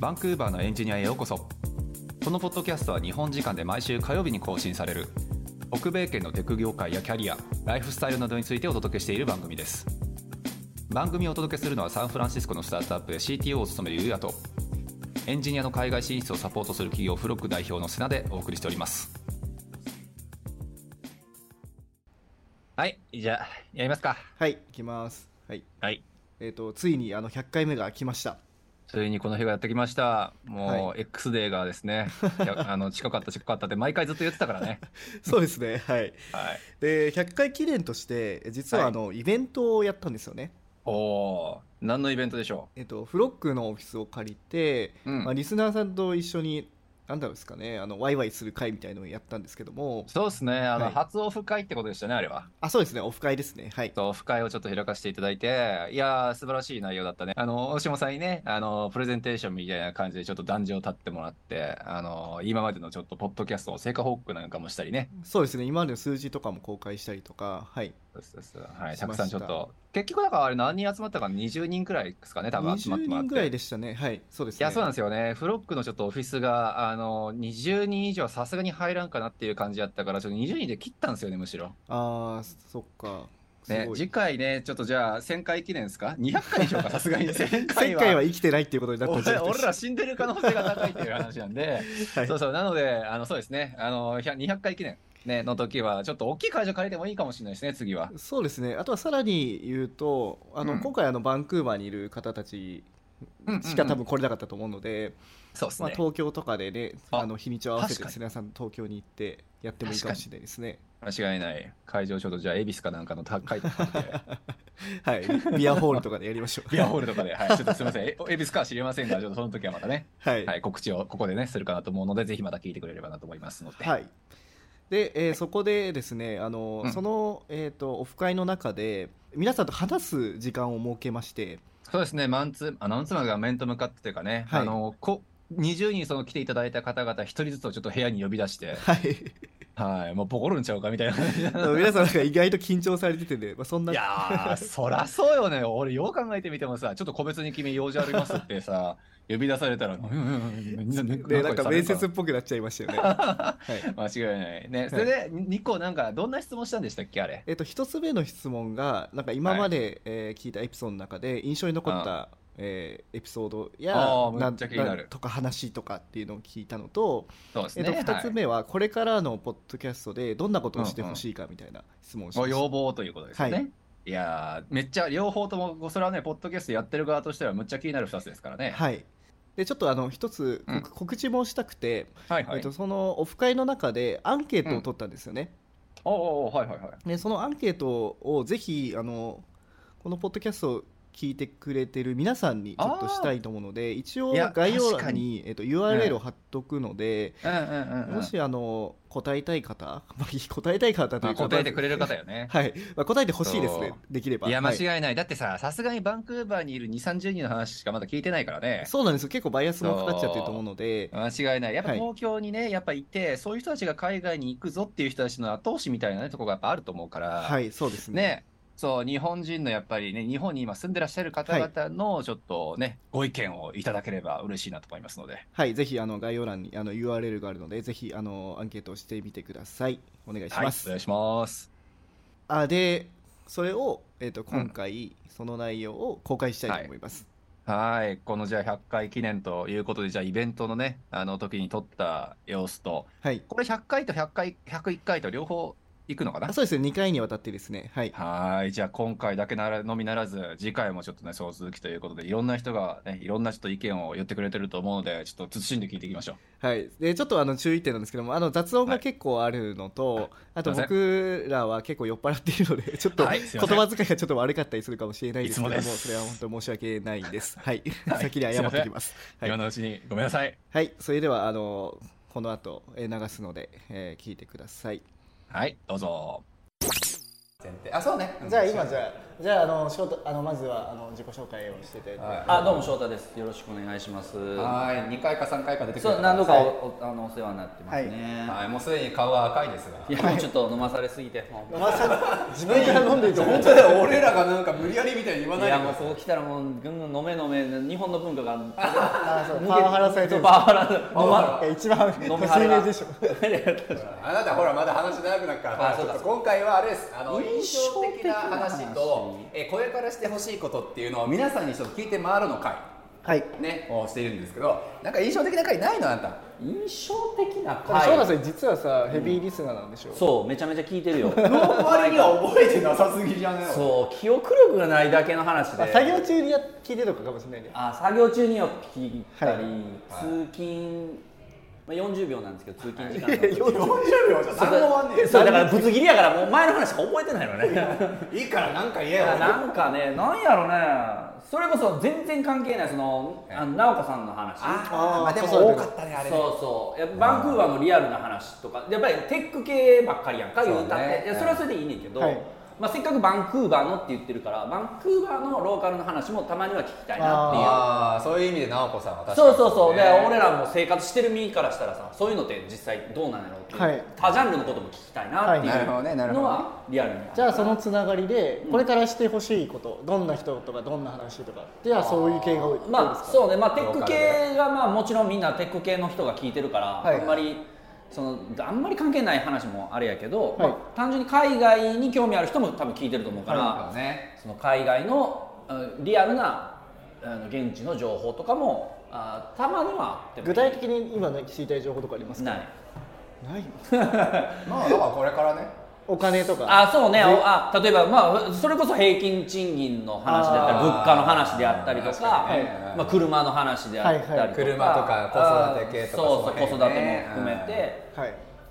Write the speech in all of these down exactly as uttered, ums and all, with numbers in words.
バンクーバーのエンジニアへようこそ。このポッドキャストは日本時間で毎週火曜日に更新される北米圏のテク業界やキャリア、ライフスタイルなどについてお届けしている番組です。番組をお届けするのはサンフランシスコのスタートアップで シーティーオー を務めるゆうやと、エンジニアの海外進出をサポートする企業フロック代表の瀬名でお送りしております。はい、じゃあやりますか。 はい、いきます。はい。 はい。 えっ、とついにあのひゃっかいめが来ました。 ついにこの日がやってきました。もう、 はい、 X デーがですね、あの近かった近かったって毎回ずっと言ってたからね。 そうですね。はい。 はい。 でひゃっかい記念として実はあの、はい、イベントをやったんですよね。 おお、何のイベントでしょう。 えっ、とフロックのオフィスを借りて、うん、まあ、リスナーさんと一緒になんだろうですかね、あのワイワイする会みたいなのをやったんですけども。 そうですね、あの、 はい、 初オフ会ってことでしたね、あれは。 あ、そうですね、オフ会ですね。はい。 オフ会をちょっと開かせていただいて、いやー素晴らしい内容だったね。あの大島さんにね、あのプレゼンテーションみたいな感じでちょっと壇上を立ってもらって、あの今までのちょっとポッドキャストの成果報告なんかもしたりね。 そうですね、今までの数字とかも公開したりとか、はい。 そうそうそう、はい、たくさんちょっと結局だからあれ何人集まったかにじゅうにんくらいですかね、多分集まってもらって。 にじゅうにんぐらいでしたね。はい、そうですね。 いや、そうなんですよね。フロックのちょっとオフィスがあのにじゅうにん以上はさすがに入らんかなっていう感じだったから、ちょっとにじゅうにんで切ったんですよね、むしろ。 ああ、そっか。 ね、次回ね、ちょっとじゃあせんかい記念ですか、にひゃっかいでしょうか。さすがにせんかいはせんかいは生きてないっていうことになったんじゃないですか。 俺ら死んでる可能性が高いっていう話なんで、はい、そうそう、なのであのそうですね、あのにひゃっかい記念ね、の時はちょっと大きい会場借りてもいいかもしれないですね、次は。 そうですね。あとはさらに言うと、あの、うん、今回あのバンクーバーにいる方たちしか多分来れなかったと思うので、そうですね、まあ、東京とかでね、あの日にちを合わせて瀬名さん東京に行ってやってもいいかもしれないですね。 間違いない。会場ちょっとじゃあ恵比寿かなんかの高いところではい、ビアホールとかでやりましょう。 ビアホールとかで、はい、ちょっとすみません、恵比寿かは知りませんが、ちょっとその時はまたね、はいはい、告知をここでねするかなと思うので、ぜひまた聞いてくれればなと思いますので。 はい。で、えーはい、そこでですね、あの、うん、その、えーと、オフ会の中で皆さんと話す時間を設けまして。 そうですね、マンツーあマンツーマンが面と向かってというかね、はい、あのこにじゅうにんその来ていただいた方々ひとりずつをちょっと部屋に呼び出して、はいはい、もうボコるんちゃうかみたいな皆さんなんか意外と緊張されててね、まあ、そんな。 いやーそらそうよね。俺よう考えてみてもさ、ちょっと個別に君用事ありますってさ呼び出されたらでなんか面接っぽくなっちゃいましたよね。はい、 間違いないね。それでにこなんかどんな質問したんでしたっけ、あれ。 えっとひとつめの質問がなんか今まで、はいえー、聞いたエピソードの中で印象に残ったえー、エピソードやなんとか話とかっていうのを聞いたのと、 そうですね、 えー、とふたつめはこれからのポッドキャストでどんなことをしてほしいかみたいな質問をしました。 うんうん、要望ということですよね。はい、いやめっちゃ両方ともそれはねポッドキャストやってる側としてはむっちゃ気になるふたつですからね。 はい。でちょっとあの一つ、うん、告知もしたくて、 はいはい、 えー、とそのオフ会の中でアンケートを取ったんですよね。 うん、おーはいはいはい。 でそのアンケートをぜひあのこのポッドキャスト聞いてくれてる皆さんにちょっとしたいと思うので、一応概要欄に、えー、と ユーアールエル を貼っとくので、もしあの答えたい方、まあ、答えたい方というか、 まあ、答えてくれる方よね。 はい、まあ、答えてほしいですね、できれば。 いや間違いない、はい、だってささすがにバンクーバーにいるにじゅう、さんじゅうにんの話しかまだ聞いてないからね。 そうなんですよ、結構バイアスもかかっちゃってると思うので。 間違いない。やっぱ東京にね、はい、やっぱいてそういう人たちが海外に行くぞっていう人たちの後押しみたいな、ね、ところがやっぱあると思うから。 はいそうですね。 ねそう日本人のやっぱりね、日本に今住んでらっしゃる方々のちょっとね、はい、ご意見をいただければ嬉しいなと思いますので、 はい、ぜひあの概要欄にあの ユーアールエル があるので、ぜひあのアンケートをしてみてください。お願いします。 はい、お願いします。 あでそれを、えー、と今回、うん、その内容を公開したいと思います。 はい、はい、このじゃあひゃっかい記念ということで、じゃあイベントのねあの時に撮った様子と、はい、これひゃっかいとひゃっかいひゃくいっかいと両方行くのかな。 そうですね、にかいにわたってですね。はい。 はい、じゃあ今回だけならのみならず、次回もちょっとね、そう続きということで、いろんな人がね、いろんなちょっと意見を言ってくれてると思うので、ちょっと慎んで聞いていきましょう。 はい。で、ちょっとあの注意点なんですけども、あの雑音が結構あるのと、はい、あと僕らは結構酔っ払っているので、ちょっと言葉遣いがちょっと悪かったりするかもしれないですけども、それは本当申し訳ないです。はい。はい、先に謝っておきます。 はい、今のうちにごめんなさい。 はい。それでは、あの、この後流すので、えー、聞いてください。 はい、どうぞ。 あ、そうね。じゃあ今じゃじゃあ、あの翔太、あのまずはあの自己紹介をしていただいて、はい、 あ、どうも翔太です。よろしくお願いします。 はい、にかいかさんかいか出てくる。 そう、何度か お, お, あのお世話になってますね。 はい、はい、もうすでに顔は赤いですが。 いや、もうちょっと飲まされすぎて。 飲まされ、自分から飲んでいて、 本当だよ。俺らがなんか無理やりみたいに言わないで。 いや、もうこう来たらもうぐんぐん飲め飲め、日本の文化が。 あ、そう、パワハラされてる。 パワハラ、飲ま、 一番年上でしょ。 あなたほらまだ話長くなるから、ちょっと今回はあれです。あの印象的な話と、えこれからしてほしいことっていうのを皆さんにちょっと聞いて回るの回、 はいね、をしているんですけど、なんか印象的な回ないのあんた？ 印象的な回。 翔太さん実はさ、ヘビーリスナーなんでしょ。 そう、めちゃめちゃ聞いてるよ。 の割には覚えてなさすぎじゃねえ。 そう、記憶力がないだけの話で。 作業中にや聞いてるのかもしれないね。 あ、作業中には聞いたり、通勤。まあよんじゅうびょうなんですけど、通勤時間よんじゅうびょうじゃ何も終わんねえ。 そうだからぶつ切りやからもう前の話しか覚えてないのね。 いいからなんか言えよ。 なんかね、なんやろね、それこそ全然関係ないそのあの直子さんの話。 ああ、まあでも多かったねあれ。 そうそう。やっぱバンクーバーのリアルな話とか、やっぱりテック系ばっかりやんか言うたって、いやそれはそれでいいねんけど。まあせっかくバンクーバーのって言ってるからバンクーバーのローカルの話もたまには聞きたいなっていう。 ああ、そういう意味で直子さんは確かに、ね、 そうそうそう。で俺らも生活してる身からしたらさ、そういうのって実際どうなんやろうっていう、はい、他ジャンルのことも聞きたいなっていうのはリアルに。 じゃあそのつながりでこれからしてほしいこと、どんな人とかどんな話とかではそういう系が多いですか？ まあそうね、まあテック系がまあもちろんみんなテック系の人が聞いてるから、はい、あんまりそのあんまり関係ない話もあれやけど、はい、まあ、単純に海外に興味ある人も多分聞いてると思うから、はい、ね、その海外のリアルな現地の情報とかもあたまにはあってもいい。 具体的に今知りたい情報とかありますか？ ないないまあだからこれからね、 お金とか。 あ、そうね。あ、例えばまあそれこそ平均賃金の話であったり物価の話であったりとか、まあ車の話であったりとか、はいはい、 車とか子育て系とか、 そうそう、子育ても含めて、はい、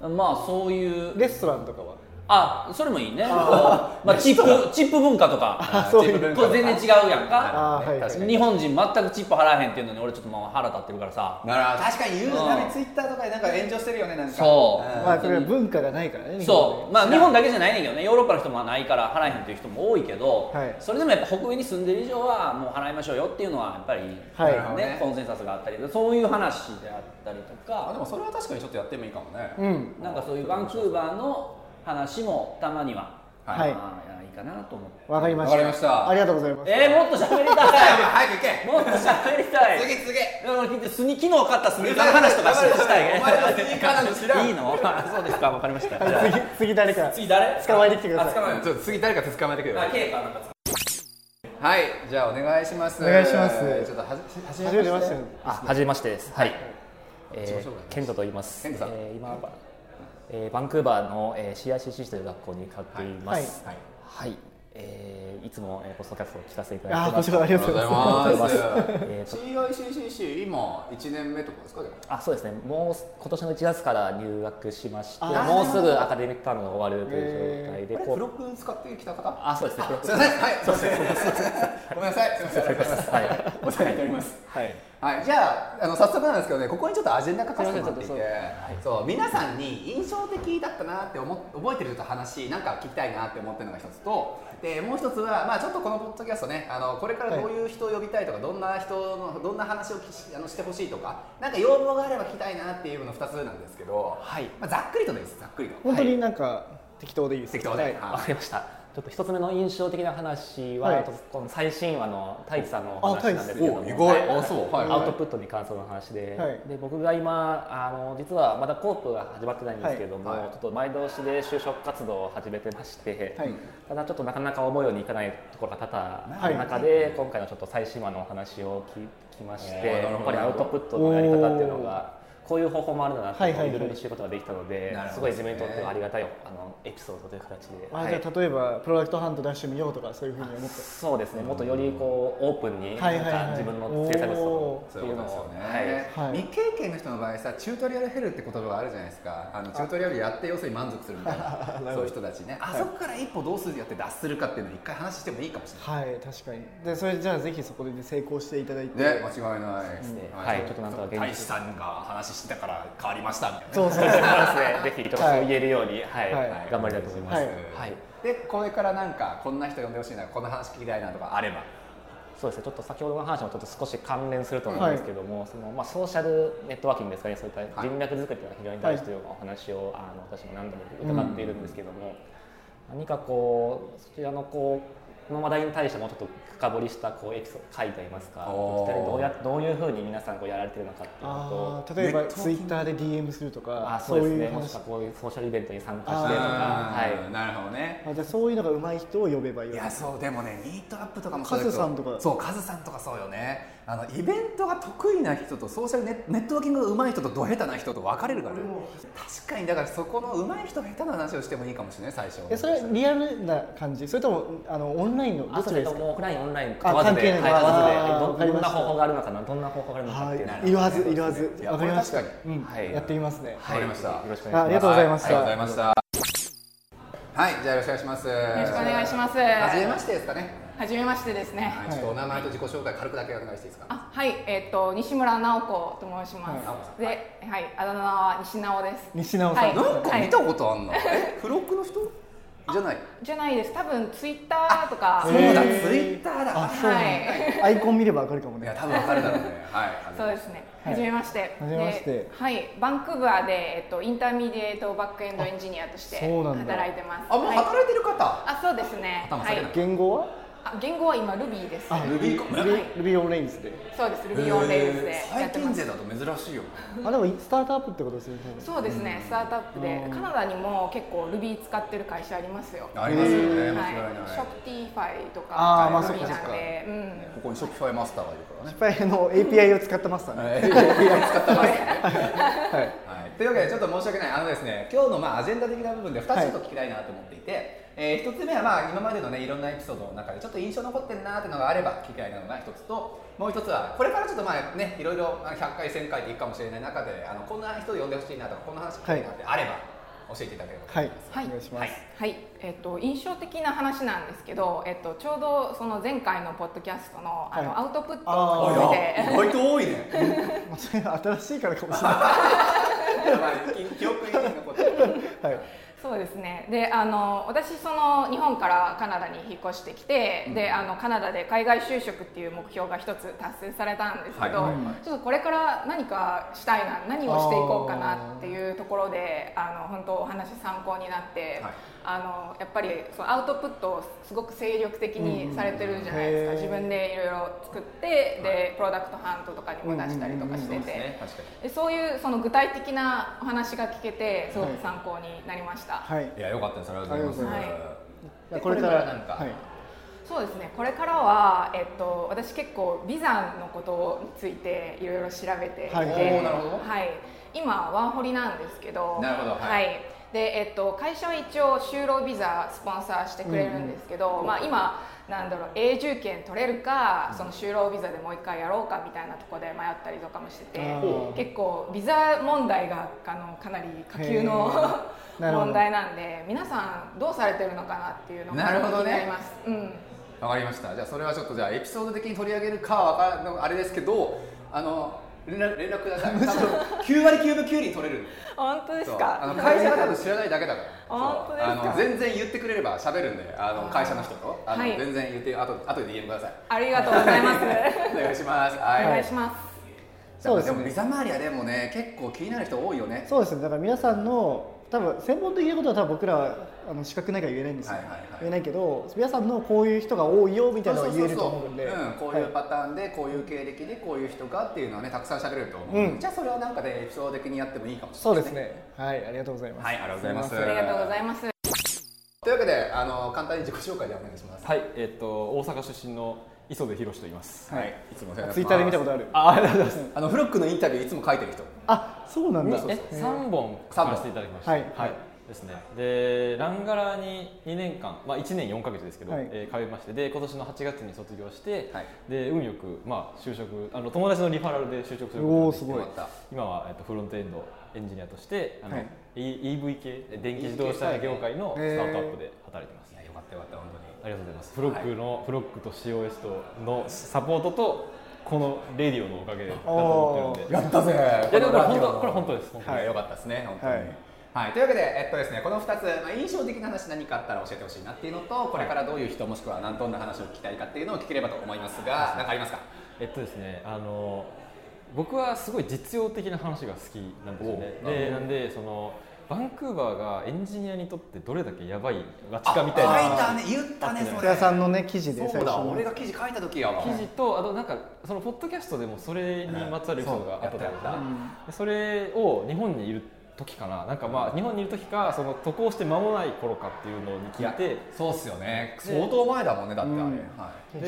まあそういうレストランとかは。 あ、それもいいね。あ、まあ、チップチップ文化とか、これ全然違うやんか。日本人全くチップ払えへんっていうのに俺ちょっともう腹立ってるからさ。 だから確かに言うのね、ツイッターとかでなんか炎上してるよね、なんか。 そう。 まあそれは文化がないからね。 そう。まあ日本だけじゃないねんけどね、ヨーロッパの人もないから払えへんっていう人も多いけど、それでもやっぱ北米に住んでる以上はもう払いましょうよっていうのはやっぱりね、コンセンサスがあったり、そういう話であったりとか。 でもそれは確かにちょっとやってもいいかもね。 うん。なんかそういうバンクーバーの話もたまには、はい、あいいかなと思って。 わかりました。 わかりました。 ありがとうございます。 えー、もっと喋りたい。 早く行け。 もっと喋りたい。 次次。 スニ昨日買ったスニーカーの話とかしたいね。 お前はスニーカーなの知らん。 いいの？そうですか、わかりました。 次次誰か。 次誰？ 捕まえてきてください。 捕まえ。ちょっと次誰か捕まえてくれ。 あ、Kかなんか。 はい、じゃあお願いします。 お願いします。 ちょっとはじめまして。 あ、はじめましてです。はい。えー、ケントと言います。 ケントさん。 えー、今。えー、バンクーバーの、えー、シーアイシーシー という学校に通っています。はい、はいはい、えー、いつも、えー、ポストキャストを聞かせていただいてます。 あ、ありがとうございます。 えー、シーアイシーシーシー 今いちねんめとかですか？ あ、そうですね。もう今年のいちがつから入学しまして、もうすぐアカデミックタームが終わるという状態で、 フロック使ってきた方？ あ、そうですね。 すみません。はい。そうですね。ごめんなさい。すみません。はい。お世話になっております。はい。はい、じゃあ、あの早速なんですけどね、ここにちょっとアジェンダ書かせてもらっていて、そう皆さんに印象的だったなって思覚えてる人と話なんか聞きたいなって思ってるのが一つと、でもう一つは、まあ、ちょっとこのポッドキャストね、あのこれからどういう人を呼びたいとか、どんな人のどんな話をあのしてほしいとか、なんか要望があれば聞きたいなっていうのふたつなんですけど、はい、まあ、ざっくりとです、ざっくりと。 本当になんか適当でいいです。 適当で。 わかりました。ちょっと一つ目の印象的な話は、はい、この最新話の太一さんの話なんですけども、 意外、あ、そう、はい、 アウトプットに関する話で、はい、で僕が今あの実はまだコープが始まってないんですけれども、はい、ちょっと前倒しで就職活動を始めてまして、はい、ただちょっとなかなか思うようにいかないところが多々ある中で、はい、今回のちょっと最新話のお話を聞きまして、やっぱりアウトプットのやり方っていうのがこういう方法もあるんだなっていろいろ知ることができたので、すごい自分にとってはありがたいあのエピソードという形で。 あ、じゃあ例えばプロダクトハント出してみようとかそういうふうに思って。 そうですね。もっとよりこうオープンに自分の制作物っていうのを、 はい。未経験の人の場合さ、チュートリアルヘルって言葉があるじゃないですか。あのチュートリアルやって要するに満足するみたいなそういう人たちね。あそこから一歩どうするやって脱するかっていうのを一回話してもいいかもしれない。 はい、確かに。でそれじゃあぜひそこで成功していただいて。 ね、間違いないですね。 はい、ちょっとなんとか現実。 大志さんが話してたから変わりましたみたいな。 そうそうそうですね。ぜひちょっとそう言えるように、はい、頑張りたいと思います。はい。 でこれからなんかこんな人呼んでほしいな、こんな話聞きたいなとかあれば。 そうですね、ちょっと先ほどの話もちょっと少し関連すると思うんですけども、はい、そのまあ、ソーシャルネットワーキングですかね、そういった人脈作りというのは非常に大事というお話を、はい、あの私も何度も伺っているんですけども、うん、何かこうそちらのこうこの話題に対してもうちょっと深掘りしたこうエピソード書いてありますか、どうやどういうふうに皆さんこうやられてるのかっていうのと、 例えばツイッターで ディーエム するとか、 あそうですね、もしくはこういうソーシャルイベントに参加してとか、 はい、なるほどね。 あ、じゃあそういうのが上手い人を呼べばいい。 いやそうでもね、ミートアップとかもカズさんとか、 そうカズさんとかそうよね。あのイベントが得意な人とソーシャル ネ, ネットワーキングが上手い人とド下手な人と分かれるからね。確かにだからそこの上手い人下手な話をしてもいいかもしれない最初。 えそれリアルな感じ、それともあのオンラインのどちらですか？ オフラインオンライン問わずで、はい、問わずでどんな方法があるのかな、どんな方法があるのかっていうのはいるはずいるはず。わかりました。うん、はい、やってみますね。 わかりました。よろしくお願いします。 ありがとうございました。 ありがとうございました。はい、じゃあよろしくお願いします。よろしくお願いします。 はじめましてですかね。 はじめましてですね。 はい、ちょっとお名前と自己紹介軽くだけお願いしていいですか。 あ、はい、えっと西村直子と申します。はい、で、はい、あだ名は西直です。 西直さん。 はい、 なんか見たことあんな。はい、え、フロックの人？じゃない。 じゃないです。多分ツイッターとか。 そうだ、ツイッターだ。 あ、そう。はい。アイコン見ればわかるかもね。 いや、多分わかるだろうね。はい。 そうですね。はじめまして。 はじめまして。 はい、バンクーバーでえっとインターミディエートバックエンドエンジニアとして働いてます。 あ、もう働いてる方。 あ、そうですね。 はい。 言語は？ あ、言語は今 Ruby です。 あ、Ruby か。Ruby on Rails で。 そうです。Ruby on Rails でやってます。 最近勢だと珍しいよ。 あ、でもスタートアップってことですよね。 そうですね。スタートアップでカナダにも結構 Ruby 使ってる会社ありますよ。 ありますよね。 はい。ショプティファイとかあ、まあそうか。なんで、うん。 ここにショプファイマスターがいるからね。 ショプファイの エーピーアイ を使ってましたね。 エーピーアイ 使ってますね。はい。というわけでちょっと申し訳ない、あのですね、今日のまあアジェンダ的な部分でふたつちょっと聞きたいなと思っていて、はい、えー、ひとつめはまあ今までのねいろんなエピソードの中でちょっと印象残ってるなーっていうのがあれば聞きたいなのがひとつと、もうひとつはこれからちょっとまあねいろいろひゃっかいせんかいっていくかもしれない中で、あのこんな人呼んでほしいなとかこんな話聞きたいなってあれば、はい、教えていただければと思います。 はい、 お願いします。 はい、はい、えっと印象的な話なんですけど、えっとちょうどその前回のポッドキャストのあの、はい、アウトプットについて、 意外と多いね。 まあそれは新しいからかもしれない。 記憶に残ってる。 はい。 そうですね。で、あの私その日本からカナダに引っ越してきて、うん、であのカナダで海外就職っていう目標が一つ達成されたんですけど、はいはいはい、ちょっとこれから何かしたいな、何をしていこうかなっていうところで、あの本当お話参考になって、はい、あのやっぱりそのアウトプットをすごく精力的にされてるじゃないですか。自分でいろいろ作って、でプロダクトハントとかにも出したりとかしてて、でそういうその具体的なお話が聞けてすごく参考になりました。 はい、いや良かったです。ありがとうございます。 はい、これからなんか、はい、 そうですね。これからはえっと私結構ビザのことについていろいろ調べていて、はい、はい、今ワーホリなんですけど、 なるほど、 はい。はいでえっと、会社は一応就労ビザスポンサーしてくれるんですけど、うんうん、まあ、今なんだろう永住権取れるか、その就労ビザでもう一回やろうかみたいなところで迷ったりとかもしてて、結構ビザ問題があのかなり下級の問題なんで、皆さんどうされてるのかなっていうのが気になります。うん、 わかりました。じゃあそれはちょっとじゃあエピソード的に取り上げるかはわからあれですけど、あの連絡, 連絡ください。多分きゅうわりきゅうぶきゅうり取れる。 本当ですか。 あの会社が多分知らないだけだから。 本当ですか。 あの全然言ってくれれば喋るんで、あの会社の人とあの、はい、全然言ってあとあとで ディーエム ください。 ありがとうございます。 お願いします。はい、 お願いします。 そうですね。でもビザ周りはでもね結構気になる人多いよね。 そうですね。だから皆さんの多分専門的なことは多分僕らはあの資格ないから言えないんですよ、はいはいはい、言えないけど皆さんのこういう人が多いよみたいなのは言えると思うんで、 こういうパターンでこういう経歴でこういう人がっていうのはねたくさん喋れると思う、うん、じゃあそれはなんかでエピソード的にやってもいいかもしれないですね。 そうですね。はい、ありがとうございます。 はい、ありがとうございます。 ありがとうございます。 というわけであの簡単に自己紹介でお願いします。 はい、えっと大阪出身の磯部博と言います。 はい、いつもツイッターで見たことある。 あ、ありがとうございます。 あのフロックのインタビューいつも書いてる人。 あ、そうなんだ。 え、三本書かせていただきました。 はい。 はい。ですね。で、ランガラににねんかん、まあいちねんよんかげつですけど、はい、えー、通いまして、で今年のはちがつに卒業して、はい、で運よくまあ就職、あの友達のリファラルで就職することができて、 すごい。 今はえっとフロントエンドエンジニアとしてあの、はい、イーブイ 系電気自動車業界のスタートアップで働いてます。 いや、よかったよかった本当に。 ありがとうございます。フロックの、はい、フロックと シーオーエス とのサポートとこのレディオのおかげだと思ってるんで。 やったぜ。 いやでもこれ本当これ本当です。 はい、よかったですね本当に。はい、 はい、というわけで、えっとですね、このふたつ、まあ、印象的な話何かあったら教えてほしいなっていうのと、これからどういう人もしくは何どんな話を聞きたいかっていうのを聞ければと思いますが、何かありますか？ えっとですね、あの僕はすごい実用的な話が好きなんですよね。で、なんでそのバンクーバーがエンジニアにとってどれだけやばい街かみたいな。 書いたね、言ったね、それ。 福田さんのね記事でそうだ、俺が記事書いた時やわ。 記事とあとなんかそのポッドキャストでもそれにまつわるエピソードがあったんですね。それを日本にいる時かな、なんかまあ日本にいる時かその渡航して間もない頃かっていうのに聞いて、 そうっすよね。相当前だもんね、だってあれ。はい。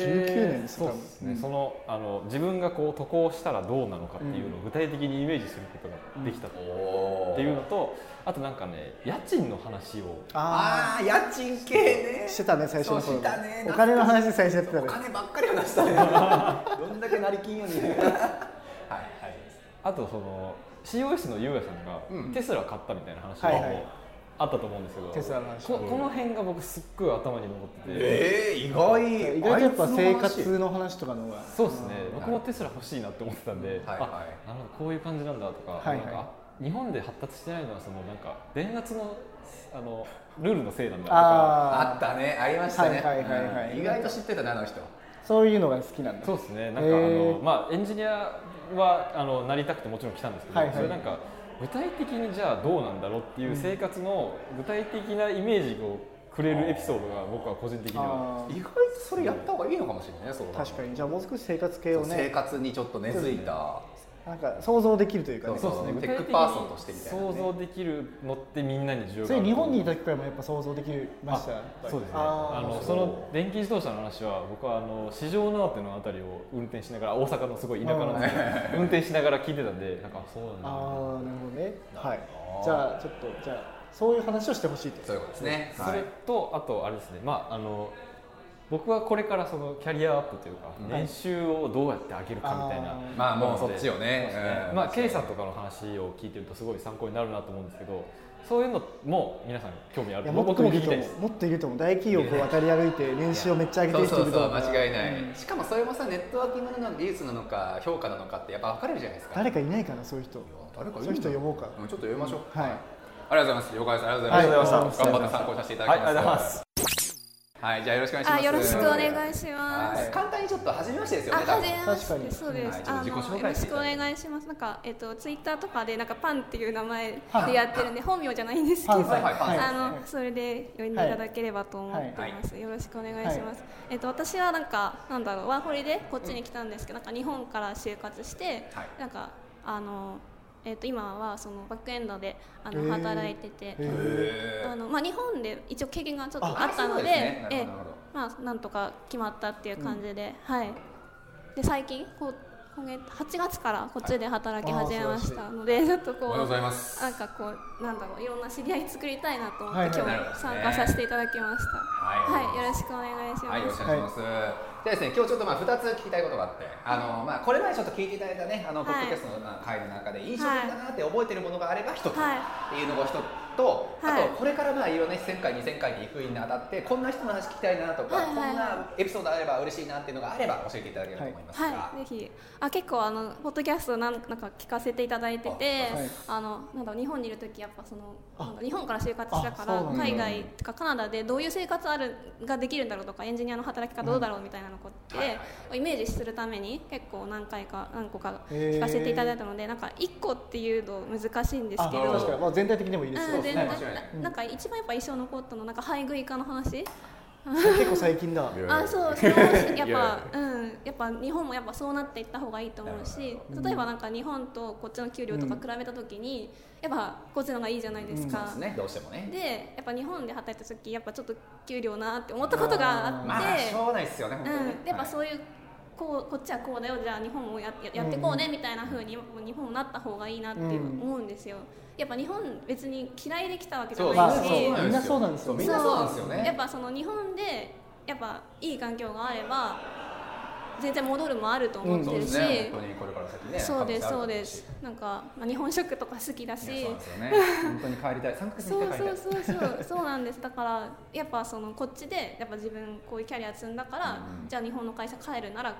じゅうきゅうねんですか。 そうですね。そのあの自分がこう渡航したらどうなのかっていうのを具体的にイメージすることができたっていうのと、あとなんかね家賃の話を。 ああ、家賃系ね。 してたね最初の頃。 したね。 お金の話最初やってたね。 お金ばっかり話したね。どんだけ成金よに。はいはい。 あとその。シーオーエス のゆうやさんがテスラ買ったみたいな話もあったと思うんですけど、 テスラの話こ, この辺が僕すっごい頭に残ってて、 えー、意外意外とやっぱ生活の話とかの方がそうですね、僕もテスラ欲しいなって思ってたんで、はいはい、あ、なるほどこういう感じなんだとか、はいはい、なんか日本で発達してないのはそのなんか電圧のあのルールのせいなんだとかあ, あったね、ありましたね、 はいはいはいはい、 意外と知ってたねあの人。 そういうのが好きなんだ。 そうですね、なんかあの、まあ、エンジニアはあのなりたくてもちろん来たんですけど、はいはい、それなんか具体的にじゃあどうなんだろうっていう生活の具体的なイメージをくれるエピソードが僕は個人的には意外とそれやった方がいいのかもしれないね。そう確かに。じゃあもう少し生活系をね、 生活にちょっと根付いたなんか想像できるというかね。 そうですね、テックパーソンとしてみたいな、ね、 想像できるのってみんなに重要それ日本にいた時からもやっぱ想像できました。 そうですね。あのその電気自動車の話は僕はあの四条畷のあたりを運転しながら、大阪のすごい田舎なんですけど運転しながら聞いてたんで、なんかそうなんだ。 ああ、なるほどね。はい。じゃあちょっとじゃあそういう話をしてほしいと。 そういうことですね。 それとあとあれですね。まああの僕はこれからそのキャリアアップというか、年収をどうやって上げるかみたいな、 まあもうそっちよね。 まあ K さんとかの話を聞いてるとすごい参考になるなと思うんですけど、そういうのも皆さん興味あると思う。僕も聞きたいです。 もっといると思う。大企業を渡り歩いて年収をめっちゃ上げてる人いると思う。 間違いない。しかもそれもさ、ネットワーキングの技術なのか評価なのかってやっぱ分かれるじゃないですか。 誰かいないかな、そういう人。 誰かいる。 そういう人呼ぼうか。 ちょっと呼びましょう。 はい。 ありがとうございます。了解です。ありがとうございました。頑張って参考させていただきます。 ありがとうございます。 はい、じゃあよろしくお願いします。 よろしくお願いします。 簡単にちょっと初めましてですよね。 初めまして、そうです。 自己紹介していただいて。 よろしくお願いします。なんかえっとツイッターとかでなんかパンっていう名前でやってるんで、本名じゃないんですけど、あのそれで呼んでいただければと思ってます。よろしくお願いします。えっと私はなんかなんだろうワーホリでこっちに来たんですけど、なんか日本から就活してなんかあの。えー、と今はそのバックエンドであの働いてて、あのまあ、日本で一応経験がちょっとあったので、ねえまあ、なんとか決まったっていう感じで、うんはい、で最近こう今月はちがつからこっちで働き始めましたので、ちょっとこうなんかこうなんだろういろんな知り合い作りたいなと思って、はい、今日参加させていただきました。はい、はい、よろしくお願いします。 はい、よろしくお願いします。でですね、今日ちょっとまあふたつ聞きたいことがあって、あのまあこれまでちょっと聞いていただいたね、あのポッドキャストの回の中で印象的だなって覚えてるものがあれば一つっていうのが一つと、あとこれからまあいろんなせんかいにせんかいに行くにあたってこんな人の話聞きたいなとか、こんなエピソードあれば嬉しいなっていうのがあれば教えていただければと思いますが、 はい、ぜひあ結構あのポッドキャストなんなんか聞かせていただいてて、あのなんだろう日本にいる時やっぱそのなんだ日本から就活したから海外とかカナダでどういう生活あるができるんだろうとかエンジニアの働き方どうだろうみたいなのって。イメージするために結構何回か何個か聞かせていただいたので、なんかいっこっていうの難しいんですけど、 確かに、まあ、全体的にもいいですよ、うん、全体な, なんか一番やっぱ印象残ったのなんか配偶以下の話結構最近だあそうそのやっぱ、うん、やっぱ日本もやっぱそうなっていった方がいいと思うし、例えばなんか日本とこっちの給料とか比べた時に、やっぱこっちの方がいいじゃないですか、 うん、そうですね、どうしてもね。 でやっぱ日本で働いた時やっぱちょっと給料なって思ったことがあって、 まあしょうがないですよね、本当に、 うん、やっぱそういうこうこっちはこうだよ、じゃあ日本も や, やってこうねみたいな風に日本もなった方がいいなって思うんですよ。やっぱ日本別に嫌いできたわけじゃないし、 みんなそうなんですよ。 みんなそうなんですよね。 やっぱその日本でやっぱいい環境があれば全然戻るもあると思ってるし、 そうですね、本当にこれから先ね。 そうですそうです。なんか、まあ、日本食とか好きだし、そうですよね。本当に帰りたい。さんかげつにいっかい帰りたい。 そうそうそうそうそうなんです。だからやっぱそのこっちでやっぱ自分こういうキャリア積んだから、うん、じゃあ日本の会社帰るなら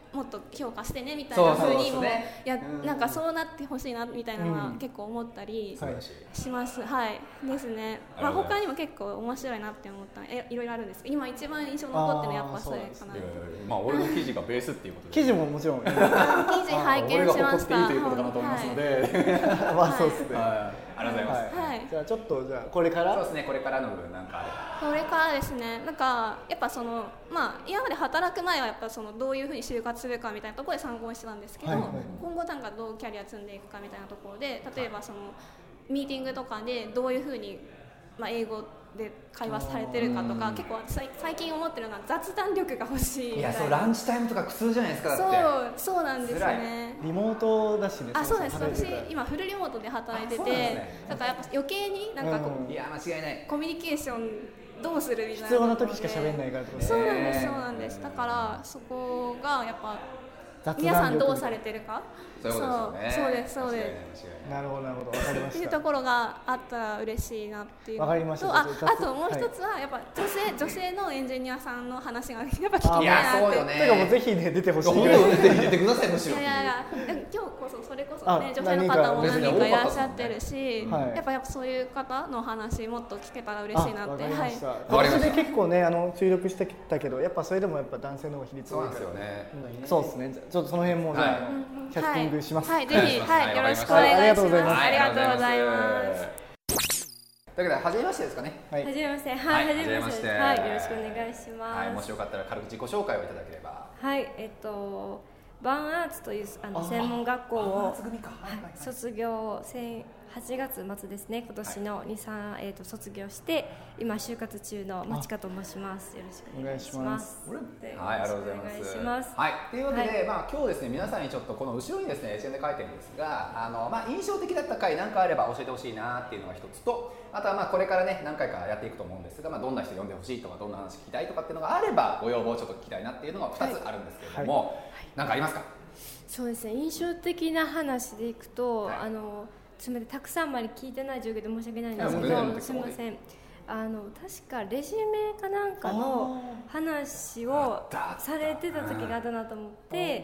もっと評価してねみたいな風にも、ね、やなんかそうなってほしいなみたいなのは結構思ったりします、うん、はいですね。まあ他にも結構面白いなって思ったえいろいろあるんですけど、今一番印象残ってるのはやっぱそれかな。 まあ俺の記事がベースっていうことで記事ももちろん記事拝見しました。俺が誇っていいということかなと思いますので、 はい、まあそうですね、 はい、ありがとうございます、 はい、じゃあちょっとじゃあこれからそうですね、これからの部分なんかあれこれからですね、なんかやっぱそのまあ今まで働く前はやっぱそのどういうふうに就活するかみたいなところで参考にしてたんですけど、はいはい、今後なんかどうキャリア積んでいくかみたいなところで、例えばそのミーティングとかでどういうふうにまあ英語で会話されてるかとか、結構最近思ってるのは雑談力が欲しい。 いや、そうランチタイムとか苦痛じゃないですか。だってそうそうなんですね。 リモートだしね。 あ、そうです。私今フルリモートで働いてて、ね、だからやっぱ余計になんかこう、 うん、いや間違いないコミュニケーションどうするみたいな。 必要な時しか喋んないからとか。 そうなんですそうなんです。だからそこがやっぱ皆さんどうされてるか。 そういうことですよね。 そうですそうです。 なるほどなるほど、わかりました。 っていうところがあったら嬉しいなっていう。 わかりました。 あ、あともう一つはやっぱ女性女性のエンジニアさんの話がやっぱ聞きたいなって。 そうよね。 てかもうぜひね出てほしい。 ぜひ出てくださいむしろ。 いやいや今日こそそれこそね女性の方も何人かいらっしゃってるし、やっぱやっぱそういう方の話もっと聞けたら嬉しいなって。はい。 今年で結構ねあの注力してきたけど、やっぱそれでもやっぱ男性の方が比率多いから。そうですよね。そうですね。ちょっとその辺もじゃあキャスティングします。 はい、ぜひはいよろしくお願いします。ありがとうございます。ありがとうございます。 というわけで初めましてですかね。 はい。初めまして。はい。初めまして。はい。よろしくお願いします。 はい。もしよかったら軽く自己紹介をいただければ。 はい。えっとバーンアーツというあの専門学校を卒業はちがつ末ですね、今年のに、さん、えー、と卒業して今就活中のまちかと申します。よろしくお願いします。 はい、ありがとうございます。はい、というわけで、はい、まあ今日ですね皆さんにちょっとこの後ろにですねエーチエムで書いてるんですが、あのまあ印象的だった回何かあれば教えてほしいなっていうのが一つと、あとはまあこれからね何回かやっていくと思うんですが、まあどんな人呼んでほしいとかどんな話聞きたいとかっていうのがあればご要望をちょっと聞きたいなっていうのがふたつあるんですけれども、はいはい、何かありますか？ そうですね、印象的な話でいくと、はい、あのすみません、たくさんまで聞いてない状況で申し訳ないんですけど、すみません、あの確かレジュメかなんかの話をされてた時があったなと思って。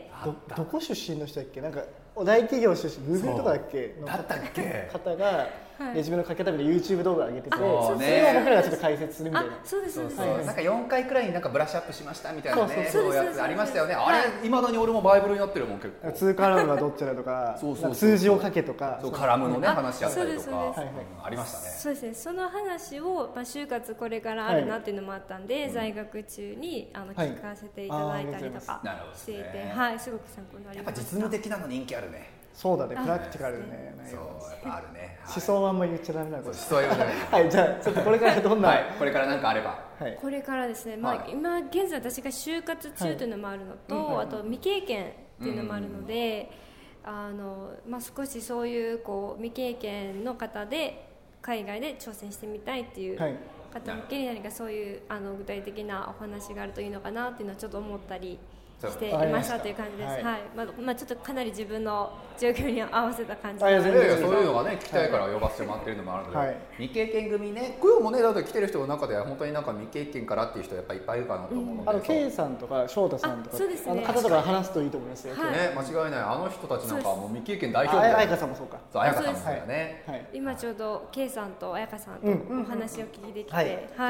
ど, どこ出身の人だっけ？なんか大企業出身、グーグルとかだっけだったっけ方がレジュメの書き方で YouTube 動画上げてて、それを僕らがちょっと解説するみたいな。 そうですそうです。 なんかよんかいくらいになんかブラッシュアップしましたみたいなね、そういうやつありましたよね。あれいまだに俺もバイブルになってるもん結構。 ツーカラムはどっちだとか、数字を書けとか、 カラムのね話やったりとかありましたね。 そうですね。その話をまあ就活これからあるなっていうのもあったんで、在学中にあの聞かせていただいたりとかしていて、はい、すごく参考になりました。 やっぱ実務的なの人気あるね。 そうだね、プラクティカルね。 そうやっぱあるね。 思想はあんまり言っちゃダメなこと。 思想は言わない。 はい、じゃあちょっとこれからどんな、 これから何かあれば。 これからですね、まあ今現在私が就活中というのもあるのと、あと未経験っていうのもあるので、あのまあ少しそういうこう未経験の方で海外で挑戦してみたいっていう方向けに何かそういうあの具体的なお話があるといいのかなっていうのはちょっと思ったりしていましたという感じです。はい、はい、まあ、まあちょっとかなり自分の状況に合わせた感じで、 そういうのがね聞きたいから呼ばせてもらってるのもあるので、はい、未経験組ね、今日もねだって来てる人の中では本当になんか未経験からっていう人やっぱいっぱいいるかなと思うので、 あの K さんとか翔太さんとか、 そうですね、 あの方とか話すといいと思いますよ。 ね、間違いない。あの人たちなんかもう未経験代表みたいな。 彩香さんもそうか。 そう、彩香さんもそうだね。 今ちょうど K さんと彩香さんとお話を聞きできて、はい、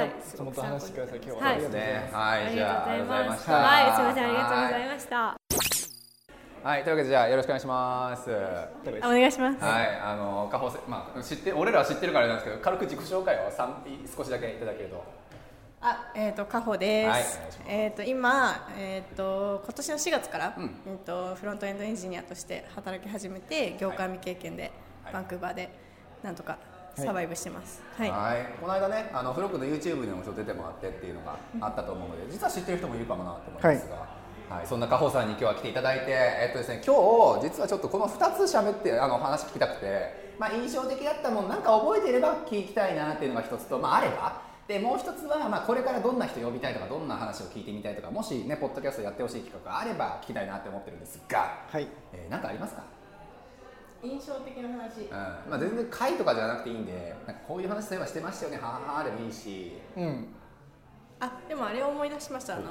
そのと話してください今日は。 はい、 はい、じゃあありがとうございました。 はい、すみません、ありがとうございました。 はい、というわけでじゃあよろしくお願いします。 お願いします。 はい、あの下方せ、まあ知って俺らは知ってるからなんですけど、軽く自己紹介を三少しだけいただけると。 あ、えっ、ー、と加穂です。はい、えっ、ー、と今えっ、ー、と今年のしがつから、うん、えっ、とフロントエンドエンジニアとして働き始めて、業界未経験で、はい、バンクーバーでなんとかサバイブしてます。はい。はい、 この間ね、あのフロックの YouTube にもちょっと出てもらってっていうのがあったと思うので、実は知ってる人もいるかもなと思いますが。はいはい、そんな加穂さんに今日は来ていただいて、えっとですね、今日実はちょっとこのふたつ喋ってあの話聞きたくて、まあ、印象的だったものなんか覚えていれば聞きたいなっていうのが一つと、まあ、あればでもう一つは、まあ、これからどんな人呼びたいとかどんな話を聞いてみたいとか、もしねポッドキャストやってほしい企画があれば聞きたいなって思ってるんですが、はい、えー、なんかありますか？ 印象的な話、うん、 まあ、全然回とかじゃなくていいんで、なんかこういう話そういえばしてましたよね、はーはーでもいいし、 うん、あ、でもあれを思い出しました。あの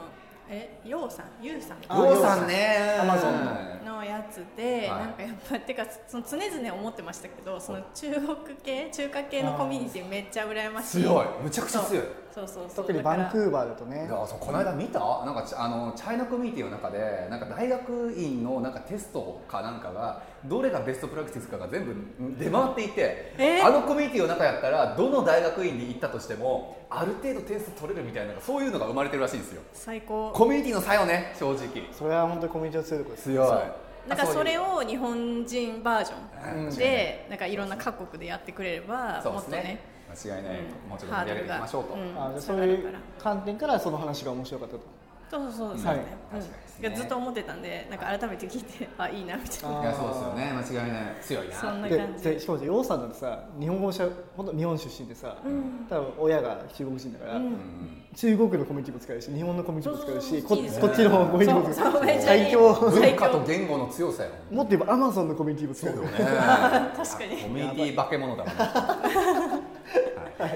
えヨウさんユウさんヨウさんね、 アマゾンのやつで、はい、なんかやっぱてかその常々思ってましたけど、その中国系中華系のコミュニティめっちゃ羨ましい。 強い、むちゃくちゃ強い。 そうそうそう、 特にバンクーバーだとね。 そうこの間見た、なんかあのチャイナコミュニティの中でなんか大学院のなんかテストかなんかがどれがベストプラクティスかが全部出回っていて、えー、あのコミュニティの中やったらどの大学院に行ったとしてもある程度点数取れるみたいな、そういうのが生まれてるらしいんですよ。 最高。 コミュニティの差よね、正直。 それは本当にコミュニティの強いところです。 強い。 なんかそれを日本人バージョンでなんかいろんな各国でやってくれればもっとね、 間違いない、うん、もうちょっと盛り上げていきましょうと、うん、 あじゃそういう観点からその話が面白かったと。 そうそうそうですね、うん、ずっと思ってたんんで、なんか改めて聞いてあいいなみたいな。 いやそうですよね、間違いない、強いな。 そんな感じで、しかもヨウさんだってさ、日本語しゃ本当日本出身でさ、うん、多分親が中国人だから、うん、中国のコミュニティも使えるし日本のコミュニティも使えるし、こっちのコミュニティも使えるし、最強。 文化と言語の強さよ。 もっと言えばアマゾンのコミュニティも使えるよね。 確かにコミュニティ化け物だもん、はい、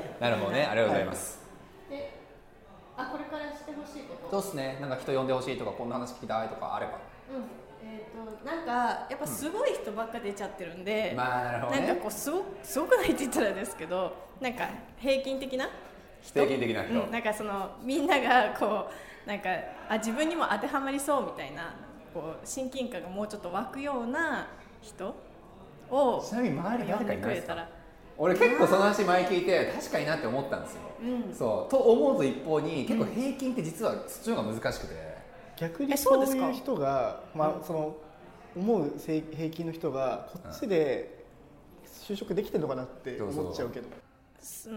なるほどね、ありがとうございます。 あ、これからしてほしいこと。 そうですね。なんか人呼んでほしいとか、こんな話聞きたいとかあれば。 うん。えっ、ー、となんかやっぱすごい人ばっか出ちゃってるんで、 うん、まあなるほどね。 なんかこうすごすごくないって言ったらですけど、なんか平均的な人。平均的な人。 うん、なんかそのみんながこうなんかあ自分にも当てはまりそうみたいなこう親近感がもうちょっと湧くような人をちなみに周り誰かいないですか？俺結構その話前聞いて確かになって思ったんですよ、うん、そうと思うと一方に結構平均って実はそっちの方が難しくて、 逆にそういう人が、まあ、その思う平均の人がこっちで就職できてるのかなって思っちゃうけど、 うん、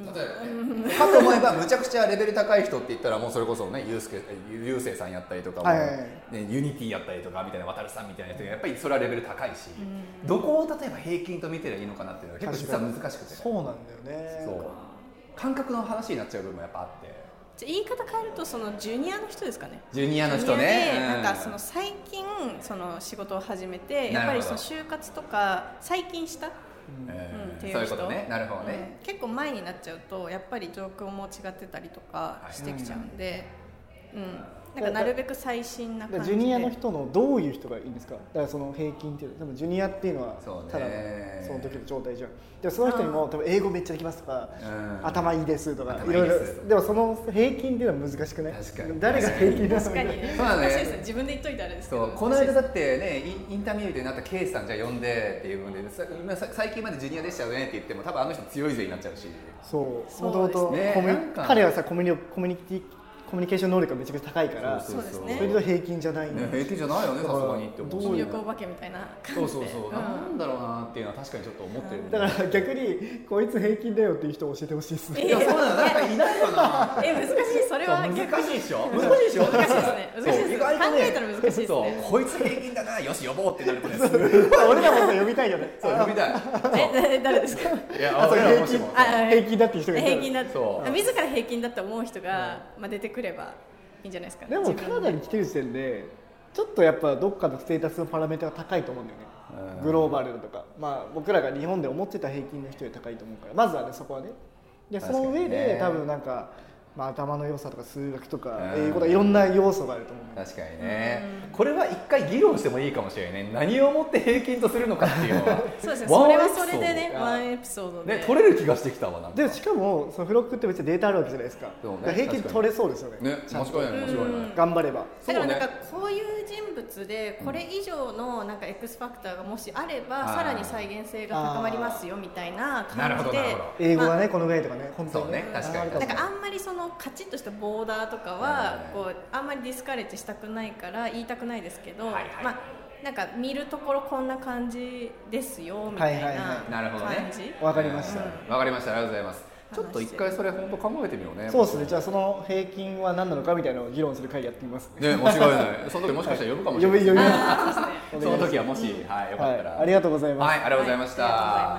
例えば、ね、かと思えばむちゃくちゃレベル高い人って言ったらもうそれこそねゆうすけゆうせいさんやったりとかも、はいはいはいね、ユニティやったりとかみたいな渡るさんみたいな人がやっぱりそれはレベル高いし、うん、どこを例えば平均と見てりゃいいのかなっていうのは結構実は難しくて、 そうなんだよね。 そう感覚の話になっちゃう部分もやっぱあって、 じゃ言い方変えるとそのジュニアの人ですかね。 ジュニアの人ね、 うん、なんかその最近その仕事を始めてやっぱりその就活とか最近したうんうん、っていう人、そういうことね、なるほどね、 うん、結構前になっちゃうとやっぱり状況も違ってたりとかしてきちゃうんで、うんうんなんかなるべく最新な感じで。 ジュニアの人のどういう人がいいんですか？だからその平均っていう多分ジュニアっていうのはただその時の状態じゃん。でもその人にも多分英語めっちゃできますとか、うん、頭いいですとかいろいろ。でもその平均っていうのは難しくない？確かに誰が平均ですか？ 確かにね。そう難しいです。自分で言っといてあれですけど。 この間だってねインタビューでなったケイさんじゃあ呼んでっていう部分で最近までジュニアでしたよねって言っても多分あの人強いぜになっちゃうし。 そう。もともと彼はさコミュニコミュニティコミュニケーション能力がめちゃくちゃ高いから、 そうですね。 それと平均じゃないね。平均じゃないよね、さすがにって思う。 どういうお化けみたいな感じで。 そうそうそう。なんだろうなっていうのは確かにちょっと思ってる。 だから逆にこいつ平均だよっていう人を教えてほしいですね。 いやそうなのなんかいないかな。 え難しいそれは難しいでしょ。難しいでしょ。 難しいですね。難しいです。考えたら難しいですね。 こいつ平均だな、よし呼ぼうってなるとね。 俺らも呼びたいよね。 そう呼びたい。 え誰ですか？ いや平均平均だっていう人がいる。 平均だって。自ら平均だって思う人がまあ出てくれば。いいんじゃないですか。 でもカナダに来てる時点でちょっとやっぱどっかのステータスのパラメータが高いと思うんだよね。グローバルだとか、まあ僕らが日本で思ってた平均の人より高いと思うからまずはねそこはね。でその上で多分なんか。まあ、頭の良さとか数学とか英語とかいろんな要素があると思う。 確かにね。これは一回議論してもいいかもしれないね。何をもって平均とするのかっていうのは。 そうですね。それはそれでね、ワンエピソードで。 ね、取れる気がしてきたわなんか。 でしかもそのフロックって別にデータあるわけじゃないですか。ね、平均取れそうですよね。 ね、間違いない間違いない。 頑張れば。 だからなんかこういう人物でこれ以上のなんか X ファクターがもしあればさらに再現性が高まりますよみたいな感じで。 英語がねこのぐらいとかね本当にね。確かに。 なんかあんまりそのカチッとしたボーダーとかはこうあんまりディスカレッジしたくないから言いたくないですけど、はいはい、まあなんか見るところこんな感じですよみたいな感じ。 なるほどね。 わかりました。 わ、うん、かりました。ありがとうございます。ちょっと一回それ本当考えてみようね。 そうですね。じゃあその平均は何なのかみたいなのを議論する会やってみます。 ね、間違いない。その時もしかしたら呼ぶかもしれない。呼び呼び。その時はもし、はい、よかったら、 はい。ありがとうございます。 はい、ありがとうございました。はい、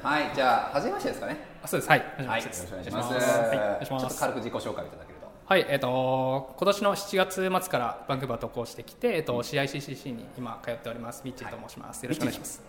はい、じゃあ初めましてですかね。 あ、そうです。はい。 はい、よろしくお願いします。 はい、お願いします。 ちょっと軽く自己紹介いただけると。 はい、えっと今年のしちがつ末からバンクーバー渡航してきて、えっと シーアイシーシーシー に今通っておりますミッチーと申します。よろしくお願いします。はい。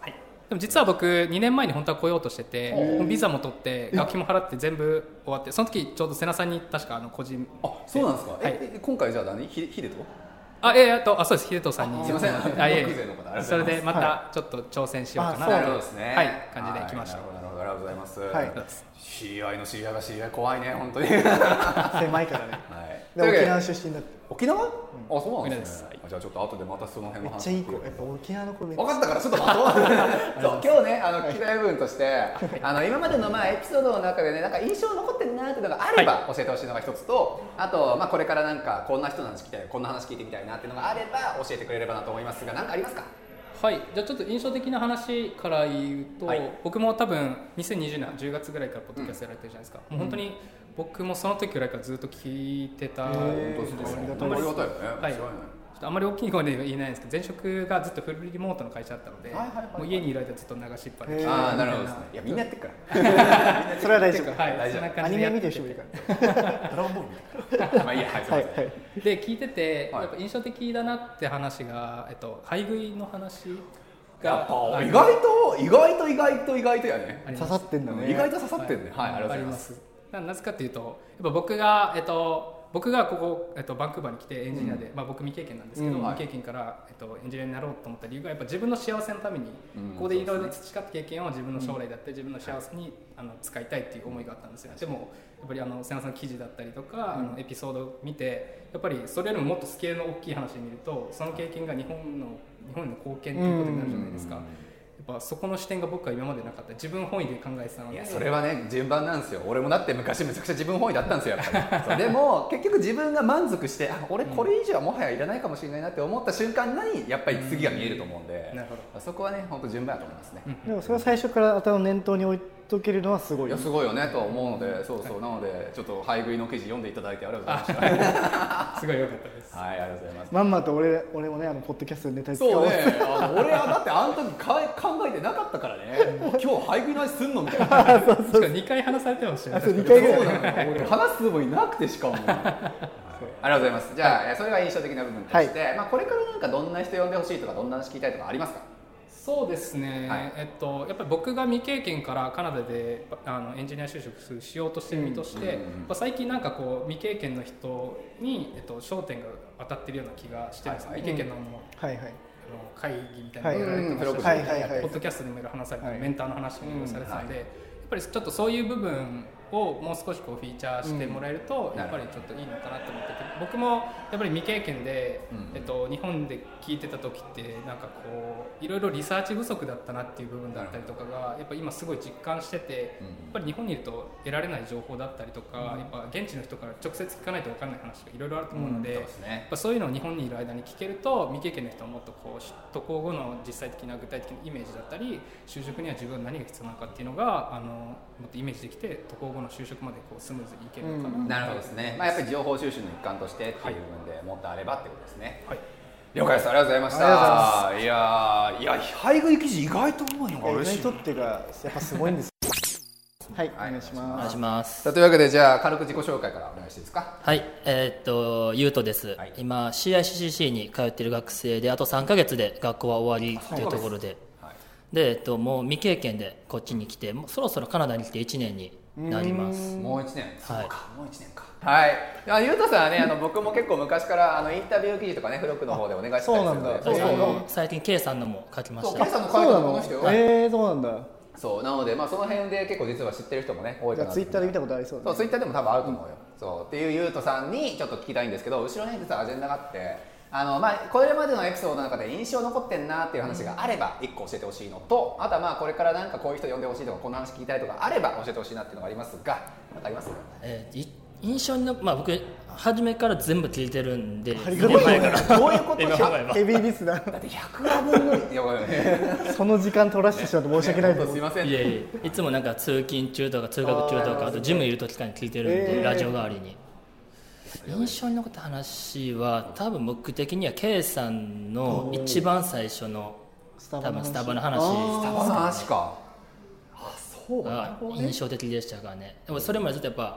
でも実は僕にねんまえに本当は来ようとしてて、もうビザも取って学費も払って全部終わって、その時ちょうど瀬名さんに確かあの個人あそうなんですか、 はい、 え今回じゃあ何ヒデトあえー、とあそうです、秀人さんにすいません、 あいえそれでまたちょっと挑戦しようかなという、はい、感じで来ました。 なるほどなるほど、ありがとうございます、 はい、 知り合いの知り合いが知り合い怖いね本当に狭いからね、はい、で沖縄出身だって。 沖縄、うん、あそうなんですね、はい、じゃあちょっと後でまたその辺の話めっちゃいい子、やっぱ沖縄の子めっちゃ分かったからちょっと待とうそう今日ねあの聞きたい部分としてあの今までのまあエピソードの中でねなんか印象残ってるなっていうのがあれば教えてほしいのが一つと、あとまあこれからなんかこんな人の話聞きたいこんな話聞いてみたいなっていうのがあれば教えてくれればなと思いますが、何かありますか？ はい、じゃあちょっと印象的な話から言うと、はい、僕も多分にせんにじゅうねんじゅうがつぐらいからポッドキャストやられてるじゃないですか、うん、もう本当に僕もその時ぐらいからずっと聞いてたんですよ。 あんまりはいあんまり大きい声では言えないんですけど、前職がずっとフルリモートの会社だったので、もう家にいる間ずっと流しっぱで聞いて、 ああなるほどですね。いやみんなやってるからそれは大丈夫、 はい、大丈夫、 アニメ見てる人もいるからドラゴンボールみたいなまあいいや、はい、はいはい、 で聞いててやっぱ印象的だなって話が、えっと、配食いの話やっぱ意外と意外と意外と意外とやね、 刺さってんだね、 意外と刺さってんね、はい、 はい、ありがとうございます。なぜかというとやっぱ僕が、えっと僕がここ、えっと、バンクーバーに来てエンジニアで、うん、まあ、僕未経験なんですけど、うん、未経験から、えっと、エンジニアになろうと思った理由がやっぱ自分の幸せのために、うん、ここでいろいろ培った経験を自分の将来だったり自分の幸せに、あの使いたいっていう思いがあったんですよ。でもやっぱりあの瀬名さんの記事だったりとか、うん、あのエピソードを見てやっぱりそれよりももっとスケールの大きい話で見るとその経験が日本の日本への貢献ということになるじゃないですか。やっぱそこの視点が僕は今までなかった。自分本位で考えてたので。 いやそれはね順番なんですよ。俺もだって昔めちゃくちゃ自分本位だったんですよやっぱりでも結局自分が満足してあ俺これ以上はもはやいらないかもしれないなって思った瞬間にやっぱり次が見えると思うんで、うん、なるほど、そこはね本当順番だと思いますね、 うん、でもそれは最初から頭の念頭に置いとけるのはすごい、 いやすごいよねと思うので、そうそう、はい、なのでちょっと早食いの記事読んでいただいてありがとうございましたすごい良かったです。 はい、ありがとうございます。 まんまと俺俺もねあのポッドキャストでネタ使おう。そうね、あの俺はだってあの時か考えてなかったからね今日早食いの話すんのみたいなそうそうそうにかい話されてましたよね。 にかいぐらいそうなの俺話すつもりなくてしかも、はい、ありがとうございます。じゃあ、はい、それが印象的な部分として、はい、まあ、これからなんかどんな人呼んでほしいとかどんな話聞きたいとかありますか？ そうですね、はい、えっと、やっぱり僕が未経験からカナダであのエンジニア就職しようとしてる身として、うんうんうん、まあ、最近なんかこう未経験の人に、えっと、焦点が当たってるような気がしてるんです、はいはい、未経験の、うん、はいはい、あの会議みたいなのをやられてましたし、はいはいはい、ポッドキャストでもいろいろ話されて、はい、メンターの話もされてたので、うん、はい、やっぱりちょっとそういう部分をもう少しこうフィーチャーしてもらえると、うん、やっぱりちょっといいのかなと思ってて、僕もやっぱり未経験で、うん、えっと、日本で聞いてた時ってなんかこういろいろリサーチ不足だったなっていう部分だったりとかがやっぱ今すごい実感してて、うん、やっぱり日本にいると得られない情報だったりとか、うん、やっぱ現地の人から直接聞かないと分からない話がいろいろあると思うので、うん、そうですね、やっぱそういうのを日本にいる間に聞けると未経験の人はもっとこう渡航後の実際的な具体的なイメージだったり就職には自分何が必要なのかっていうのがあのもっとイメージできて渡航後の就職までこうスムーズにいけるのかな、うん、 なるほどですね、まあ、やっぱり情報収集の一環としてっていう部分でもっとあればってことですね、はい、了解です。ありがとうございました。いやいや早食い記事意外と多いのが嬉しい。 意外とっていうかやっぱすごいんですはい、お願いします。 お願いします。 というわけでじゃあ軽く自己紹介からお願いしていいですか？ はい、えー、っとゆうとです、はい、今 シーアイシーシーシー に通っている学生であとさんかげつで学校は終わりというところで、はい、で、えっと、もう未経験でこっちに来てもうそろそろカナダに来ていちねんになります。 もういちねん、そうか、もういちねんか。はい、ゆうとさんはね、あの僕も結構昔からあのインタビュー記事とかね、付録の方でお願いしてたりするので、 そうなんだ。最近 K さんのも書きました。 K さんの書いたのこの人よ。 えー、そうなんだ。 そうなので、まあ、その辺で結構実は知ってる人もね多いかな。 ツイッターで見たことありそう、ね、 そうツイッターでも多分あると思うよ、うん、そうっていうゆうとさんにちょっと聞きたいんですけど、後ろに実はアジェンダがあって、あの、まあ、これまでのエピソードの中で印象残ってんなっていう話があればいっこ教えてほしいのと、あとはまあこれからなんかこういう人呼んでほしいとかこんな話聞きたいとかあれば教えてほしいなっていうのがありますが、何かあります？ えー印象にの、まあ、僕初めから全部聞いてるんで、 どういうことヘビーリスナーだってひゃくわぶんのいちやばいよねその時間取らせてしまって申し訳ないです、 すいません。 いえいえ、いつもなんか通勤中とか通学中とかあとジムいる時から聞いてるんで、えー、ラジオ代わりに。印象に残った話は多分僕的には K さんの一番最初の多分スタバの話、 スタバの話か、 が印象的でしたからね。でもそれまでずっとやっぱ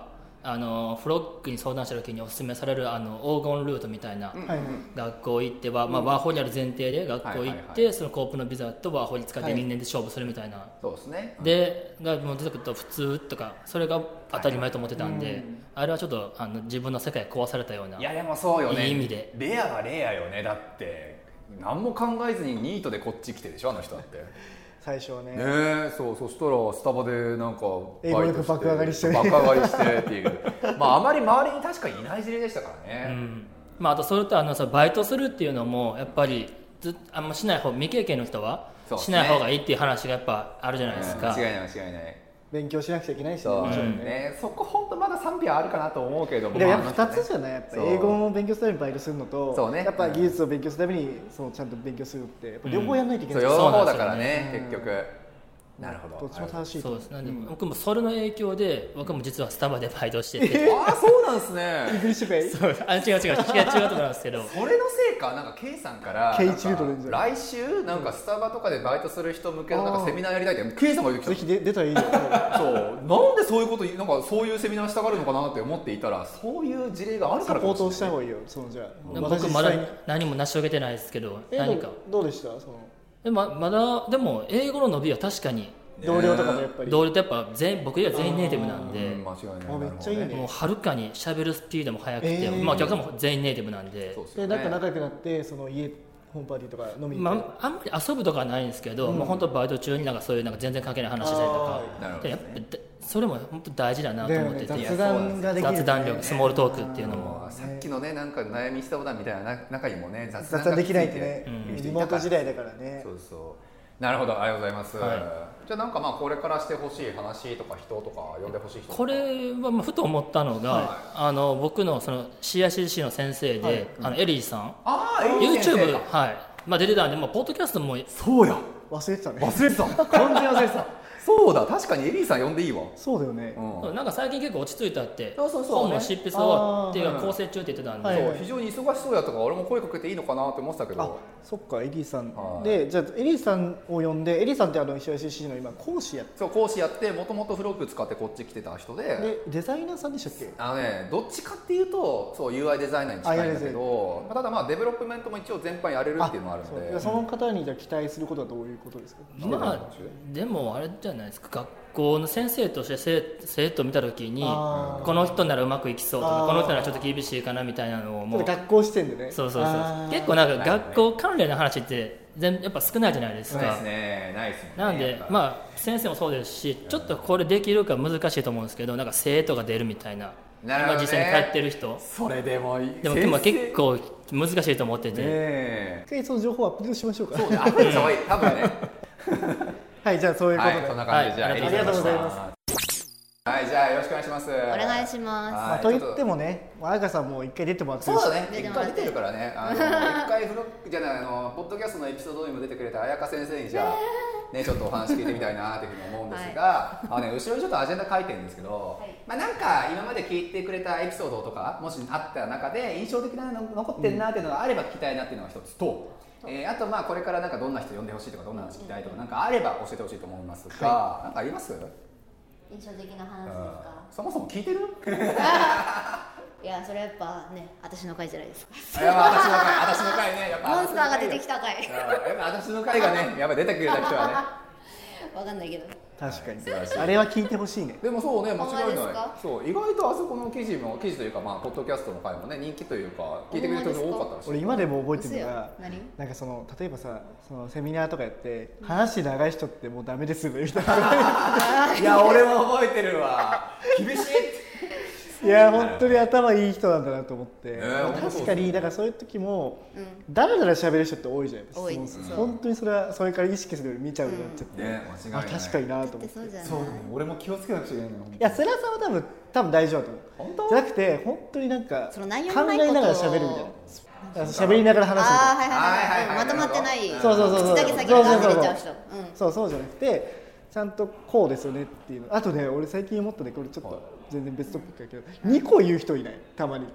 あのフロッグに相談した時にお勧めされるあの黄金ルートみたいな学校行っては、うんまあ、ワーホリある前提で学校行って、はいはいはい、そのコープのビザとワーホリ使ってにねんで勝負するみたいな、はい、 そうですね、 でがもう出てくると普通とかそれが当たり前と思ってたんで、はいはい、あれはちょっとあの自分の世界壊されたような、 いやでもそうよね、 いい意味でレアはレアよね。だって何も考えずにニートでこっち来てるでしょあの人だって最初はね。 ねそうそしたらスタバでなんか英語力爆上がりして爆上がりしてっていうまああまり周りに確かにいない事例でしたからね、 うんまあ、あとそれとあのさバイトするっていうのもやっぱりずあんましない方未経験の人はしない方がいいっていう話がやっぱあるじゃないですか、 うん、間違いない間違いない。 勉強しなくちゃいけないしね、 そう、 もちろんね、ねそこ本当まだ賛否はあるかなと思うけども、 でもやっぱふたつじゃない、やっぱ英語を勉強するためにバイトするのと、 そう、ね、 やっぱ技術を勉強するためにそうちゃんと勉強するってやっぱ両方やらないといけない、 うん、そう両方だからね、うん、結局なるほど、 どっちも正しいとそうですね、うん、僕もそれの影響で僕も実はスタバでバイトしてて、 ああそうなんですねイングリッシュベイそうあ違う違う違う違うと思うんですけどそれのせいか、なんか K さんから来週なんかスタバとかでバイトする人向けのなんかセミナーやりたいって K さんが言ってきた。 ぜひ出たらいいよそうなんでそういうことなんかそういうセミナーしたがるのかなって思っていたら、そういう事例があるからかもしれない。 サポートした方がいいよ。そのじゃあ僕まだ何も成し遂げてないですけど、何かどうでしたそので ま, まだでも英語の伸びは確かに同僚とかもやっぱり同僚とやっぱ全僕よりは全員ネイティブなんで、 うん、間違いない。 めっちゃいいね。 もうはるかに喋るスピードも速くて、えー、まあお客さんも全員ネイティブなんで、 そうですよね、でなんか仲良くなってその家ホームパーティーとか飲みに行って、 まあ、あんまり遊ぶとかはないんですけど、うん、もう本当バイト中になんかそういうなんか全然関係ない話したりとか、でやっぱそれも本当大事だなと思ってて、 ね、雑談ができる、ね、 雑談力スモールトークっていうのも、 さっきのねなんか悩み相談みたいな中にもね雑談ができないってね、うん、リモート時代だからね。 そうそうなるほど、ありがとうございます、はい、じゃあなんかまあこれからしてほしい話とか人とか呼んでほしい人とか、 これはふと思ったのが、はい、あの僕のその シーアイシーシー の先生で、はい、あのエリーさん、 あーエリー先生 YouTube、はいまあ、出てたんで、まあ、ポッドキャストもそうや忘れてたね忘れてた完全に忘れてたそうだ、確かにエリーさん呼んでいいわ。 そうだよね、 うん、なんか最近結構落ち着いたって、 そうそうそう、 本も執筆終わって構成中って言ってたんで、 はいはい、非常に忙しそうやったから俺も声かけていいのかなって思ってたけど、 あそっかエリーさん、はい、でじゃあエリーさんを呼んで、エリーさんってあの シーアイシーシー の今講師やって、 そう講師やってもともとフロッグ使ってこっち来てた人で、 でデザイナーさんでしたっけ？ あのねどっちかっていうとそう ユーアイ デザイナーに近いんだけど、ただまあデベロップメントも一応全般やれるっていうのがあるので、 その方にじゃあ期待することはどういうことですか？ まあでもあれじゃないですか、学校の先生として 生, 生徒を見たときにこの人ならうまくいきそうとか、この人ならちょっと厳しいかなみたいなのをもう学校視点でね、 そうそうそう、結構なんか学校関連の話って全やっぱ少ないじゃないですか。 ないですね、ないですね。 なんでまあ先生もそうですし、ちょっとこれできるか難しいと思うんですけど、なんか生徒が出るみたいな、 なるほど、ね、 今実際に帰ってる人、 それでもいい、 でもでも結構難しいと思ってて、 ね、その情報をアップデートしましょうか。 そうね、アップデートした方がいい多分ねはい、じゃあそういうことで、 はい、そんな感じで、じゃあ、 はい、ありがとうございます。 はい、じゃあよろしくお願いします。 お願いします。 まあ、と言ってもね、彩香さんも一回出てもらってるし、 そうだね、一回出てるからね、あの一回フロックじゃないあのポッドキャストのエピソードにも出てくれた彩香先生にじゃあねちょっとお話聞いてみたいなというふうに思うんですが、はい、あのね後ろにちょっとアジェンダ書いてるんですけど、はい、まあなんか今まで聞いてくれたエピソードとかもしあった中で印象的なの残ってるなっていうのがあれば聞きたいなっていうのが一つと。えー、あとまあこれからなんかどんな人呼んでほしいとかどんな話聞きたいとかなんかあれば教えてほしいと思いますが、はい、なんかあります？ 印象的な話ですか？ そもそも聞いてる？ いやそれはやっぱね私の回じゃないですか。 いやまあ私の回私の回ねやっぱモンスターが出てきた回。 やっぱ私の回がねやっぱ出てくれた人はね。 わかんないけど。 確かにあれは聞いてほしいね。 でもそうね間違いない。そう意外とあそこの記事も記事というかまあポッドキャストの回もね人気というか聞いてくれる人も多かったらしい。 俺今でも覚えてるのがなんかその例えばさそのセミナーとかやって話長い人ってもうダメですよねみたいな。 いや俺も覚えてるわ。厳しいって。 いや本当に頭いい人なんだなと思って、えー、確かにだからそういう時もだらだら喋る人って多いじゃないですか。多いです。本当にそれはそれから意識するより見ちゃうようになっちゃって、うんね、間違いない。確かになと思って。そうじゃない。 そう俺も気をつけなくちゃいけないの。いや世良さんは多分多分大丈夫だと思う。本当？じゃなくて本当になんか考えながら喋るみたいな。喋りながら話すみたいな。 あはいはいはい。まとまってない。 そうそうそうそう。 口だけ先にガンって出ちゃう人。 そうそうじゃなくてちゃんとこうですよねっていうの。あとね俺最近思ったねこれちょっと。全然別トピックだけどにこ言う人いないたまに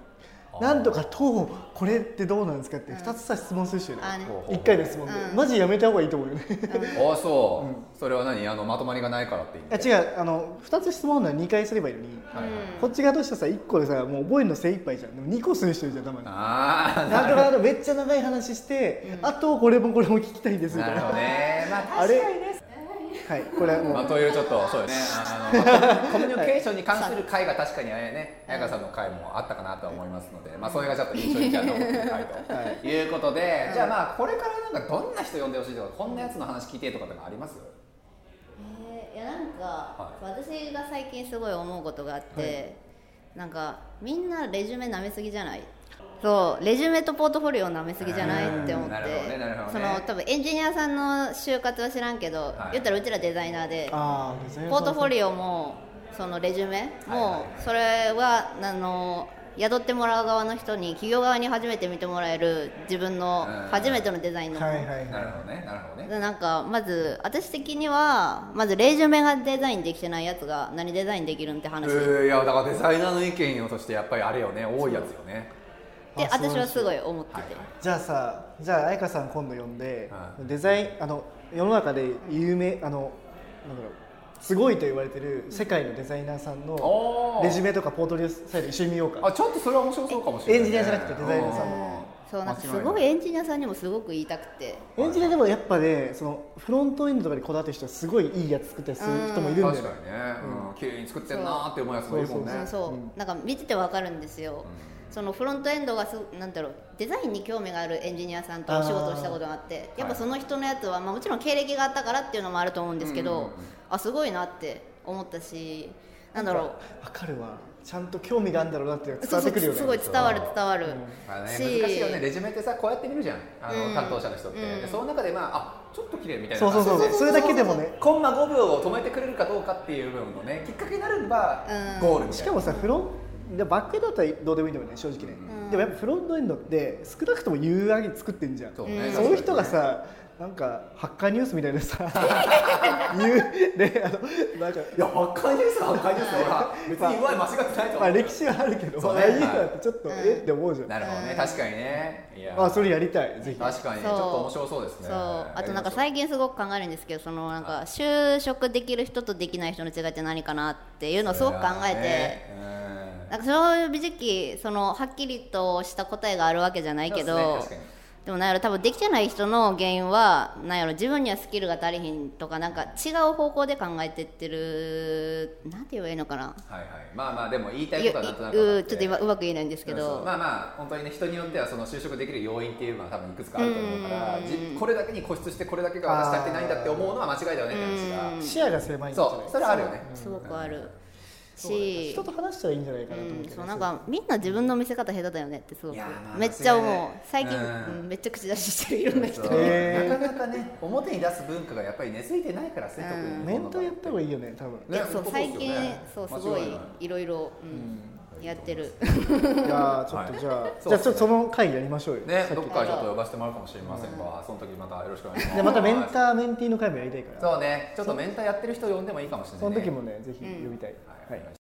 なんとかとこれってどうなんですかってふたつさ質問する人いる、いっかいの質問で、マジやめた方がいいと思うよね。 ああそう、それは何あのまとまりがないからって意味？ いや違う、あのふたつ質問ならにかいすればいいのに、こっち側としてはさいっこでさもう覚えるの精一杯じゃん。でもにこする人いるじゃんたまに。ああなんとかめっちゃ長い話して、あとこれもこれも聞きたいですみたいな。 なるほどね。まあ確かにね。 はい、これはもう、 まあ、というちょっとそうですね、あの、まあ、コミュニケーションに関する回が確かにね、彩香さんの回もあったかなと思いますので、まあ、それがちょっと印象に残っている回ということで、はい、じゃあまあこれからなんかどんな人呼んでほしいとか、こんなやつの話聞いてとかってのあります？ えー、いやなんか、はい、私が最近すごい思うことがあって、はい、なんかみんなレジュメ舐めすぎじゃない？そうレジュメとポートフォリオを舐めすぎじゃないって思って、その多分エンジニアさんの就活は知らんけど、はい、言ったらうちらデザイナーであーポートフォリオもそのレジュメもそれはあの雇ってもらう側の人に企業側に初めて見てもらえる自分の初めてのデザインのもの、 なるほどねなるほどね。 なんかまず私的にはまずレジュメがデザインできてないやつが何デザインできるんって話。 いやだからデザイナーの意見としてやっぱりあれよね、多いやつよね。 で私はすごい思ってて、はい、 じゃあさ、じゃあ彩香さん今度呼んで、はい、デザインあの世の中で有名あのなんだろうすごいと言われてる世界のデザイナーさんのレジュメとかポートフォリオサイト一緒に見ようか。 あ、ちょっとそれは面白そうかもしれない、ね、 エンジニアじゃなくてデザイナーさんの。 そうなんかすごいエンジニアさんにもすごく言いたくて、 エンジニアでもやっぱね、そのフロントエンドとかにこだわってる人はすごいいいやつ作ったりする人もいるんだよね。 確かにね、うん、綺麗に作ってんなーって思うやつもいるもんね。 そうそうそう、うん、なんか見ててわかるんですよ、うん、そのフロントエンドがすなんだろうデザインに興味があるエンジニアさんとお仕事をしたことがあって、やっぱその人のやつは、まあ、もちろん経歴があったからっていうのもあると思うんですけど、うんうんうん、あすごいなって思ったし、なんだろうわかるわ、ちゃんと興味があるんだろうなって伝わってくるよね。 すごい伝わる伝わる、うんまあね、難しいよね。レジュメってさこうやって見るじゃん、あの、うん、担当者の人って、うん、でその中でまああちょっと綺麗みたいなそうそうそうそうそれだけでもねコンマごびょうを止めてくれるかどうかっていう部分のねきっかけになればゴールみたいな。 しかもさフロンバックエンドだったらどうでもいいんだよね正直ね、うん、でもやっぱフロントエンドって少なくとも ユーアイ 作ってんじゃん。そうね、そういう人がさなんかハッカーニュースみたいなさ言うね、あのなんかいやハッカーニュースはハッカーニュースほら別に ユーアイ 間違ってないと思う。 まあ歴史はあるけど、ああいうのってちょっとえって思うじゃん。 なるほどね、確かにね。いやあそれやりたいぜひ。 確かにね、ちょっと面白そうですね。 そうあとなんか最近すごく考えるんですけど、そのなんか就職できる人とできない人の違いって何かなっていうのをすごく考えて。なんか正直そのはっきりとした答えがあるわけじゃないけど、でもなんやろ多分できてない人の原因はなんやろ自分にはスキルが足りひんとかなんか違う方向で考えてってるなんて言えばいいのかな。 はいはい。まあまあでも言いたいことはなんとなくちょっと今うまく言えないんですけど、 そうそうまあまあ本当にね人によってはその就職できる要因っていうのは多分いくつかあると思うから、これだけに固執してこれだけが私足りてないんだって思うのは間違いだよねって話が。 視野が狭いんじゃない。 そうそれはあるよね。 すごくある。 し人と話したらいいんじゃないかなと思って、ね、 うん、そうなんかみんな自分の見せ方下手だよねってすごくめっちゃ思う。最近、うん、めっちゃ口出ししてるいろんな人に、 えー、なかなかね表に出す文化がやっぱり根付いてないからそういうところ面とやった方がいいよね多分ね。 そう最近そうすごいいろいろやってる。 いやちょっとじゃあ、はい、じゃあちょっとその回やりましょうよね。どっかちょっと呼ばせてもらうかもしれませんが、うん、その時またよろしくお願いします。 でまたメンターメンティーの回もやりたいから。 そうねちょっとメンターやってる人呼んでもいいかもしれないね。 その時もねぜひ呼びたい、うん、はい。